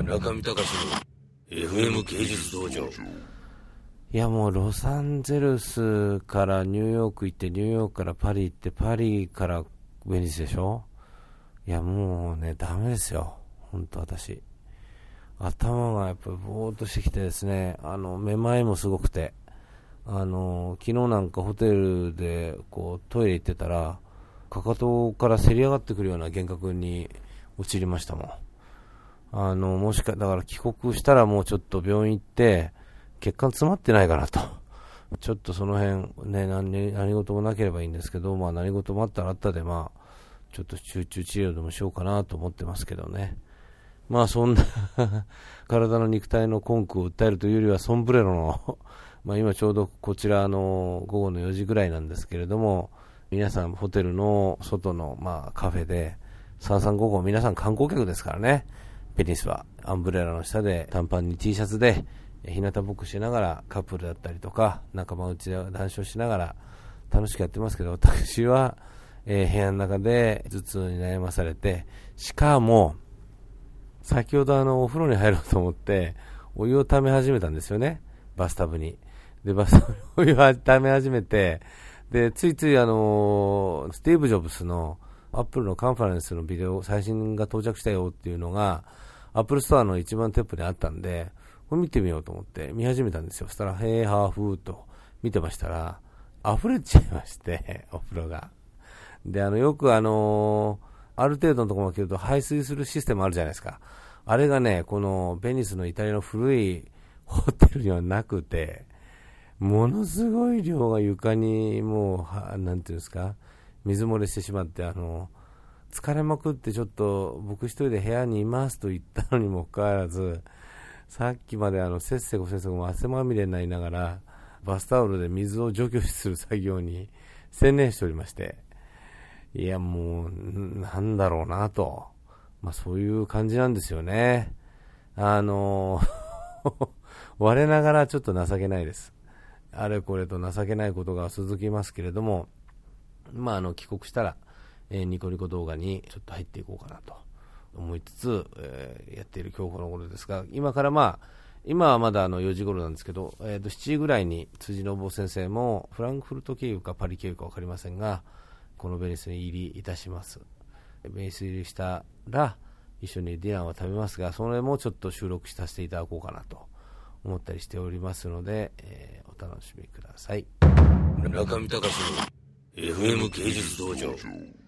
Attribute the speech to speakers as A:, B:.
A: 中見隆の FM 芸術道場。
B: いやもうロサンゼルスからニューヨーク行って、ニューヨークからパリ行って、パリからベニスでしょ。いやもうね、ダメですよ本当。私頭がやっぱりぼーっとしてきてですね、めまいもすごくて、昨日なんかホテルでこうトイレ行ってたら、かかとからせり上がってくるような幻覚に陥りましたもん。もしかだから帰国したらもうちょっと病院行って血管詰まってないかなと、ちょっとその辺ね、何事もなければいいんですけど、まあ何事もあったらあったで、まあちょっと集中治療でもしようかなと思ってますけどね。まあそんな体の肉体の根拠を訴えるというよりは、ソンブレロのまあ今ちょうどこちら午後の4時ぐらいなんですけれども、皆さんホテルの外のまあカフェで3355、皆さん観光客ですからね。ベニスはアンブレラの下で短パンに T シャツで日向ぼっこしながら、カップルだったりとか仲間内で談笑しながら楽しくやってますけど、私は、部屋の中で頭痛に悩まされて、しかも先ほどお風呂に入ろうと思ってお湯を溜め始めたんですよね、バスタブに。でバスタブにお湯を溜め始めて、でついついスティーブ・ジョブスのアップルのカンファレンスのビデオ、最新が到着したよっていうのがアップルストアの一番トップにあったんで、これ見てみようと思って見始めたんですよ。そしたらヘーハーフーと見てましたら、溢れちゃいましてお風呂が。でよくある程度のところまで来ると排水するシステムあるじゃないですか。あれがね、このベニスのイタリアの古いホテルにはなくて、ものすごい量が床にもうなんていうんですか、水漏れしてしまって、疲れまくって、ちょっと僕一人で部屋にいますと言ったのにもかかわらず、さっきまでせっせこ汗まみれになりながらバスタオルで水を除去する作業に専念しておりまして、いやもうなんだろうなと、まあそういう感じなんですよね。我ながらちょっと情けないです。あれこれと情けないことが続きますけれども、まあ帰国したら、ニコニコ動画にちょっと入っていこうかなと思いつつ、やっている今日この頃ですが、今から今はまだ4時頃なんですけど、7時ぐらいに辻信夫先生もフランクフルト経由かパリ経由か分かりませんが、このベニスに入りいたします。ベニス入りしたら一緒にディナーを食べますが、それもちょっと収録させていただこうかなと思ったりしておりますので、お楽しみください。
A: 中見隆の FM 芸術道場。